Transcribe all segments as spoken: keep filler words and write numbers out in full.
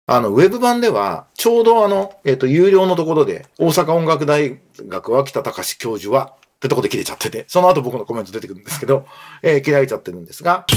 あの、ウェブ版では、ちょうどあの、えっと、有料のところで、大阪音楽大学脇田隆教授は、ってとこで切れちゃってて、その後僕のコメント出てくるんですけど、えー、切られちゃってるんですが、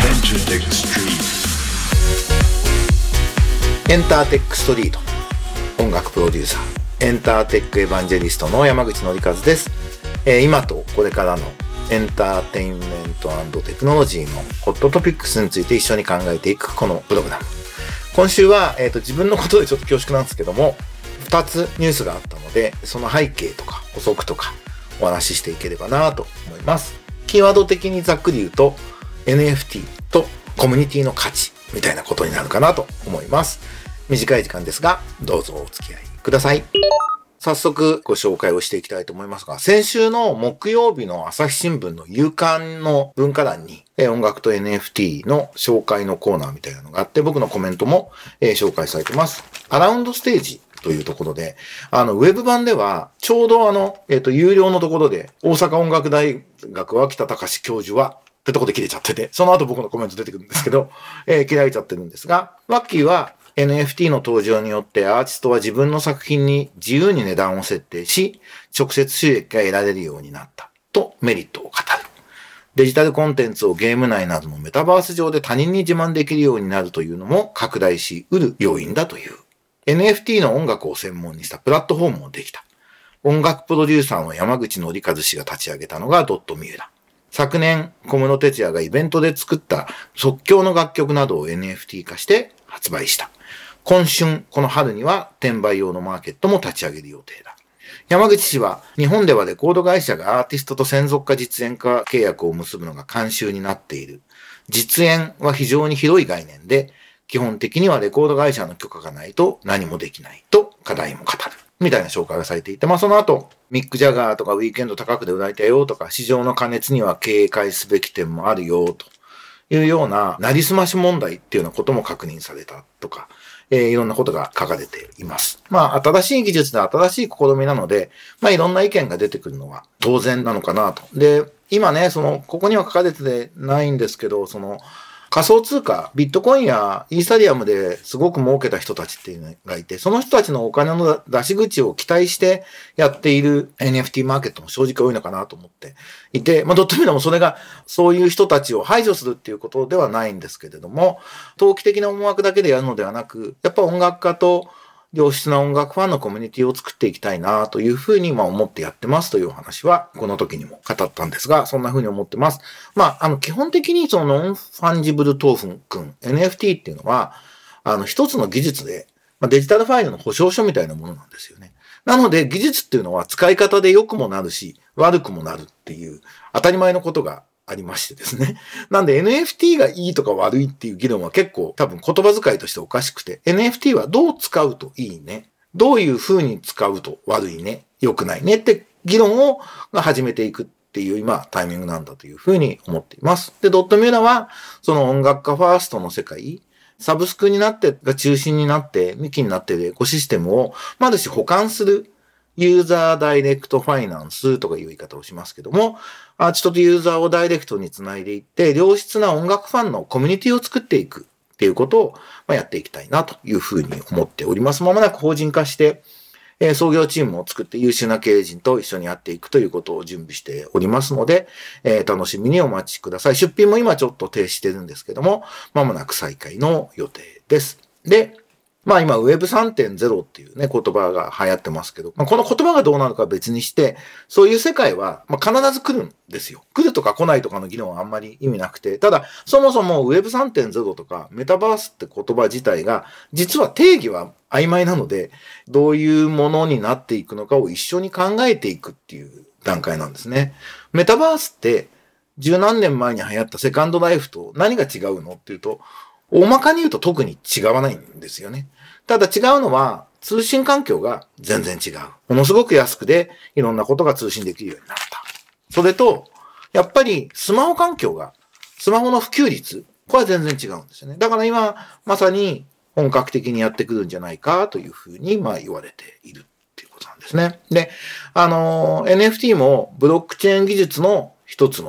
エンターテックストリート、音楽プロデューサー、エンターテックエヴァンジェリストの山口紀一です。えー、今とこれからのエンターテインメント&テクノロジーのホットトピックスについて一緒に考えていくこのプログラム。今週は、えーと、自分のことでちょっと恐縮なんですけども、ふたつニュースがあったので、その背景とか補足とかお話ししていければなと思います。キーワード的にざっくり言うと、エヌエフティー とコミュニティの価値みたいなことになるかなと思います。短い時間ですが、どうぞお付き合いください。早速ご紹介をしていきたいと思いますが、先週の木曜日の朝日新聞の夕刊の文化欄に、えー、音楽と エヌエフティー の紹介のコーナーみたいなのがあって、僕のコメントも、えー、紹介されてます。アラウンドステージというところで、あの、ウェブ版では、ちょうどあの、えっと、有料のところで、大阪音楽大学脇田隆教授は、ってとこで切れちゃってて、その後僕のコメント出てくるんですけど、えー、切られちゃってるんですが、ワッキーは、エヌエフティー の登場によってアーティストは自分の作品に自由に値段を設定し、直接収益が得られるようになったとメリットを語る。デジタルコンテンツをゲーム内などのメタバース上で他人に自慢できるようになるというのも拡大し得る要因だという。エヌエフティー の音楽を専門にしたプラットフォームもできた。音楽プロデューサーの山口紀一氏が立ち上げたのがドットミューだ。昨年、小室哲哉がイベントで作った即興の楽曲などを エヌエフティー 化して発売した。今春、この春には転売用のマーケットも立ち上げる予定だ。山口氏は、日本ではレコード会社がアーティストと専属化実演化契約を結ぶのが慣習になっている。実演は非常に広い概念で、基本的にはレコード会社の許可がないと何もできないと課題も語る。みたいな紹介がされていて、まあその後、ミック・ジャガーとかウィーケンド高くで売られたよとか、市場の過熱には警戒すべき点もあるよというような、なりすまし問題っていうようなことも確認されたとか、えー、いろんなことが書かれています。まあ、新しい技術で新しい試みなので、まあ、いろんな意見が出てくるのは当然なのかなと。で、今ね、その、ここには書かれてないんですけど、その、仮想通貨、ビットコインやイーサリアムですごく儲けた人たちっていうのがいて、その人たちのお金の出し口を期待してやっている エヌエフティー マーケットも正直多いのかなと思っていて、まあ、ドットミューダもそれがそういう人たちを排除するっていうことではないんですけれども、投機的な思惑だけでやるのではなく、やっぱ音楽家と良質な音楽ファンのコミュニティを作っていきたいなというふうにまあ思ってやってますというお話はこの時にも語ったんですが、そんなふうに思ってます。まあ、あの基本的にそのノンファンジブルトークン エヌエフティー っていうのはあの一つの技術で、まあ、デジタルファイルの保証書みたいなものなんですよね。なので技術っていうのは使い方で良くもなるし悪くもなるっていう当たり前のことがありましてですね。なんで エヌエフティー がいいとか悪いっていう議論は結構多分言葉遣いとしておかしくて、エヌエフティー はどう使うといいね、どういう風に使うと悪いね、良くないねって議論を始めていくっていう今タイミングなんだという風に思っています。で、ドットミューラはその音楽家ファーストの世界、サブスクになってが中心になって幹になっているエコシステムをまずし補完するユーザーダイレクトファイナンスとかいう言い方をしますけども、アーティストとユーザーをダイレクトにつないでいって、良質な音楽ファンのコミュニティを作っていくっていうことをやっていきたいなというふうに思っております。まもなく法人化して、えー、創業チームを作って優秀な経営陣と一緒にやっていくということを準備しておりますので、えー、楽しみにお待ちください。出品も今ちょっと停止してるんですけども、まもなく再開の予定です。で、まあ今 ウェブさんてんゼロ っていうね言葉が流行ってますけど、まあ、この言葉がどうなのかは別にして、そういう世界はまあ必ず来るんですよ。来るとか来ないとかの議論はあんまり意味なくて、ただそもそも ウェブさんてんゼロ とかメタバースって言葉自体が実は定義は曖昧なので、どういうものになっていくのかを一緒に考えていくっていう段階なんですね。メタバースって十何年前に流行ったセカンドライフと何が違うのっていうと、大まかに言うと特に違わないんですよね。ただ違うのは通信環境が全然違う。ものすごく安くでいろんなことが通信できるようになった。それと、やっぱりスマホ環境が、スマホの普及率、これは全然違うんですよね。だから今、まさに本格的にやってくるんじゃないかというふうにまあ言われているっていうことなんですね。で、あの、エヌエフティー もブロックチェーン技術の一つの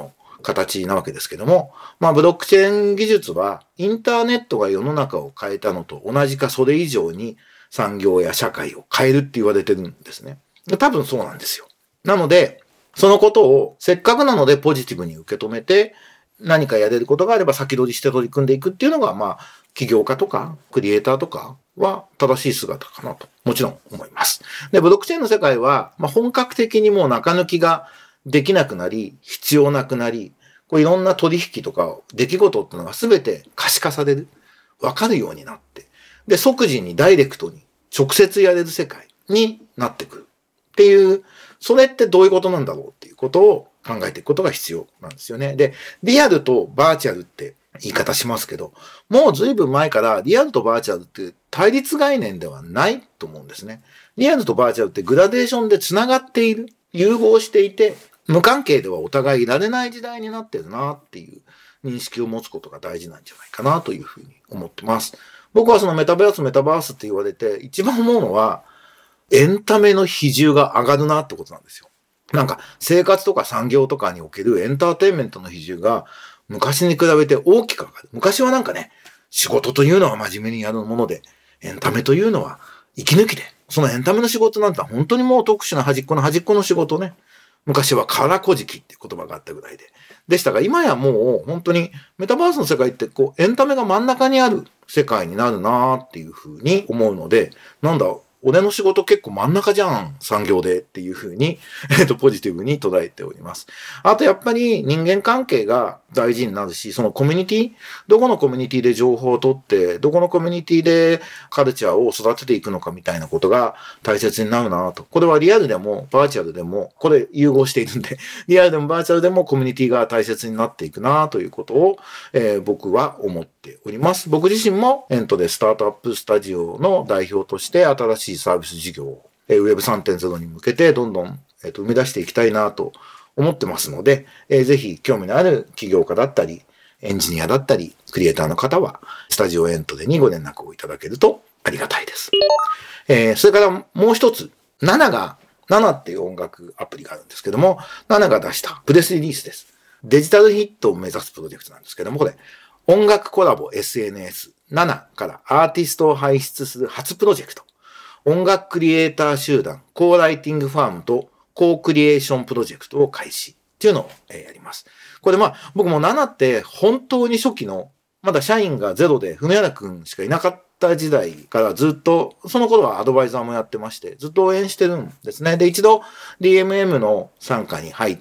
形なわけですけども、まあブロックチェーン技術はインターネットが世の中を変えたのと同じかそれ以上に産業や社会を変えるって言われてるんですね。多分そうなんですよ。なので、そのことをせっかくなのでポジティブに受け止めて、何かやれることがあれば先取りして取り組んでいくっていうのが、まあ、起業家とかクリエイターとかは正しい姿かなと、もちろん思います。で、ブロックチェーンの世界は、まあ、本格的にもう中抜きができなくなり、必要なくなり、こういろんな取引とか出来事っていうのが全て可視化される。わかるようになって。で、即時にダイレクトに直接やれる世界になってくる。っていう、それってどういうことなんだろうっていうことを考えていくことが必要なんですよね。で、リアルとバーチャルって言い方しますけど、もう随分前からリアルとバーチャルって対立概念ではないと思うんですね。リアルとバーチャルってグラデーションで繋がっている、融合していて、無関係ではお互いいられない時代になってるなっていう認識を持つことが大事なんじゃないかなというふうに思ってます。僕はそのメタバース、メタバースって言われて一番思うのは、エンタメの比重が上がるなってことなんですよ。なんか生活とか産業とかにおけるエンターテインメントの比重が昔に比べて大きく上がる。昔はなんかね、仕事というのは真面目にやるもので、エンタメというのは息抜きで、そのエンタメの仕事なんて本当にもう特殊な端っこの端っこの仕事ね。昔は空こじきっていう言葉があったぐらいで。でしたが、今やもう本当にメタバースの世界ってこうエンタメが真ん中にある世界になるなーっていうふうに思うので、なんだ、俺の仕事結構真ん中じゃん、産業でっていうふうに、えっと、ポジティブに捉えております。あとやっぱり人間関係が大事になるし、そのコミュニティ、どこのコミュニティで情報を取って、どこのコミュニティでカルチャーを育てていくのかみたいなことが大切になるなと。これはリアルでもバーチャルでも、これ融合しているんで、リアルでもバーチャルでもコミュニティが大切になっていくなということを、えー、僕は思っております。僕自身もエントでスタートアップスタジオの代表として新しいサービス事業を ウェブさんてんゼロ に向けてどんどん、えー、と生み出していきたいなと思ってますので、えー、ぜひ興味のある起業家だったり、エンジニアだったり、クリエイターの方は、スタジオエントでにご連絡をいただけるとありがたいです。えー、それからもう一つ、ナナが、ナナっていう音楽アプリがあるんですけども、ナナが出したプレスリリースです。デジタルヒットを目指すプロジェクトなんですけども、これ、音楽コラボ エスエヌエス、ナナからアーティストを輩出する初プロジェクト。音楽クリエイター集団、コーライティングファームとコークリエーションプロジェクトを開始っていうのをやります。これまあ、僕もナナって本当に初期の、まだ社員がゼロで、船原くんしかいなかった時代からずっと、その頃はアドバイザーもやってまして、ずっと応援してるんですね。で、一度 ディーエムエム の傘下に入って、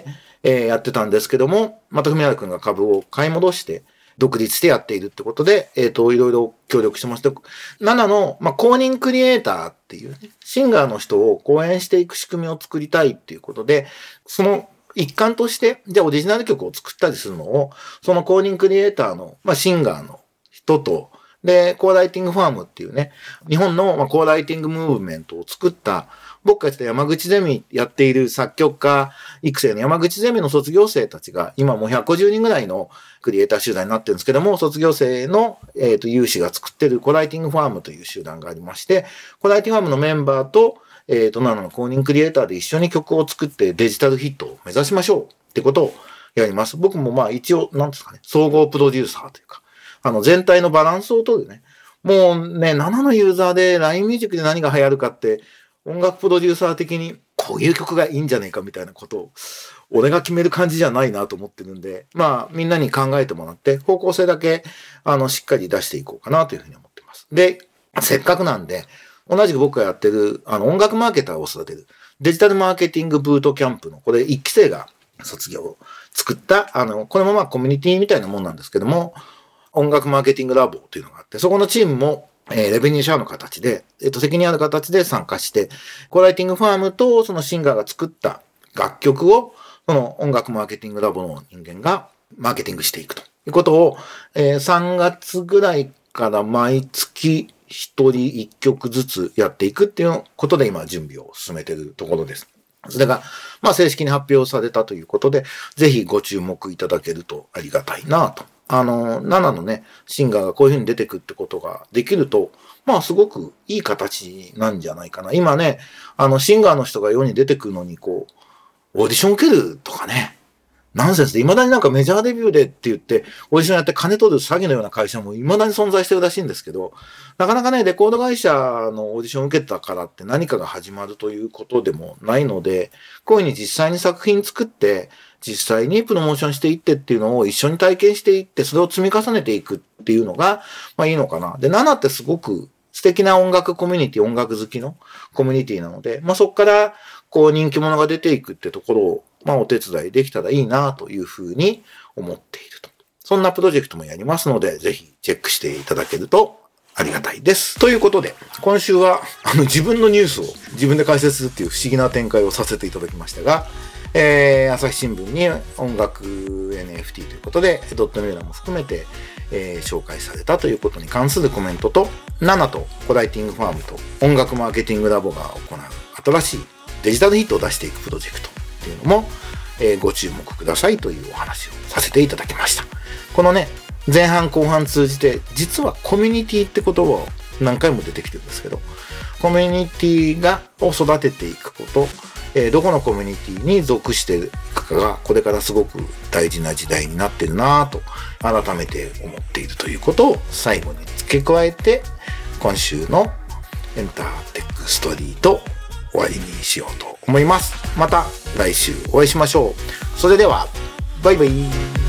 えー、やってたんですけども、また船原くんが株を買い戻して、独立してやっているってことで、えっと、いろいろ協力してまして、ナナの、まあ、公認クリエイターっていう、ね、シンガーの人を講演していく仕組みを作りたいっていうことで、その一環として、じゃあオリジナル曲を作ったりするのを、その公認クリエイターの、まあ、シンガーの人と、で、コーライティングファームっていうね、日本の、まあ、コーライティングムーブメントを作った、僕が言った山口ゼミやっている作曲家育成の山口ゼミの卒業生たちが、今もうひゃくごじゅうにんぐらいのクリエイター集団になってるんですけども、卒業生の、えっと、有志が作ってるコーライティングファームという集団がありまして、コーライティングファームのメンバーと、えっと、ナナの公認クリエイターで一緒に曲を作ってデジタルヒットを目指しましょうってことをやります。僕もまあ一応、なんですかね、総合プロデューサーというか、あの全体のバランスを取るね。もうね、ナナのユーザーで ライン ミュージックで何が流行るかって、音楽プロデューサー的にこういう曲がいいんじゃねえかみたいなことを俺が決める感じじゃないなと思ってるんで、まあみんなに考えてもらって方向性だけあのしっかり出していこうかなというふうに思ってます。で、せっかくなんで同じく僕がやってるあの音楽マーケターを育てるデジタルマーケティングブートキャンプのこれいっき生が卒業を作ったあのこれもまあコミュニティみたいなもんなんですけども、音楽マーケティングラボというのがあって、そこのチームもえー、レベニューシェアの形で、えっと、責任ある形で参加して、コーライティングファームとそのシンガーが作った楽曲を、その音楽マーケティングラボの人間がマーケティングしていくということを、えー、さんがつぐらいから毎月ひとりいっきょくずつやっていくっていうことで今準備を進めているところです。それが、まあ正式に発表されたということで、ぜひご注目いただけるとありがたいなと。あの、ナナのね、シンガーがこういう風に出てくってことができると、まあすごくいい形なんじゃないかな。今ね、あの、シンガーの人が世に出てくるのに、こう、オーディション受けるとかね、 ナンセンスで、未だになんかメジャーデビューでって言って、オーディションやって金取る詐欺のような会社も未だに存在してるらしいんですけど、なかなかね、レコード会社のオーディションを受けたからって何かが始まるということでもないので、こういうふうに実際に作品作って、実際にプロモーションしていってっていうのを一緒に体験していって、それを積み重ねていくっていうのが、まあいいのかな。で、ナナってすごく素敵な音楽コミュニティ、音楽好きのコミュニティなので、まあそこから、こう人気者が出ていくってところを、まあお手伝いできたらいいなというふうに思っていると。そんなプロジェクトもやりますので、ぜひチェックしていただけるとありがたいです。ということで、今週はあの自分のニュースを自分で解説するっていう不思議な展開をさせていただきましたが、えー、朝日新聞に音楽 エヌエフティー ということで、ドットメールも含めて、えー、紹介されたということに関するコメントと、ナナとコライティングファームと音楽マーケティングラボが行う新しいデジタルヒットを出していくプロジェクトっていうのも、えー、ご注目くださいというお話をさせていただきました。このね、前半後半通じて、実はコミュニティって言葉を何回も出てきてるんですけど、コミュニティがを育てていくこと、えー、どこのコミュニティに属していくかがこれからすごく大事な時代になってるなぁと改めて思っているということを最後に付け加えて、今週のエンターテックストリート終わりにしようと思います。また来週お会いしましょう。それではバイバイ。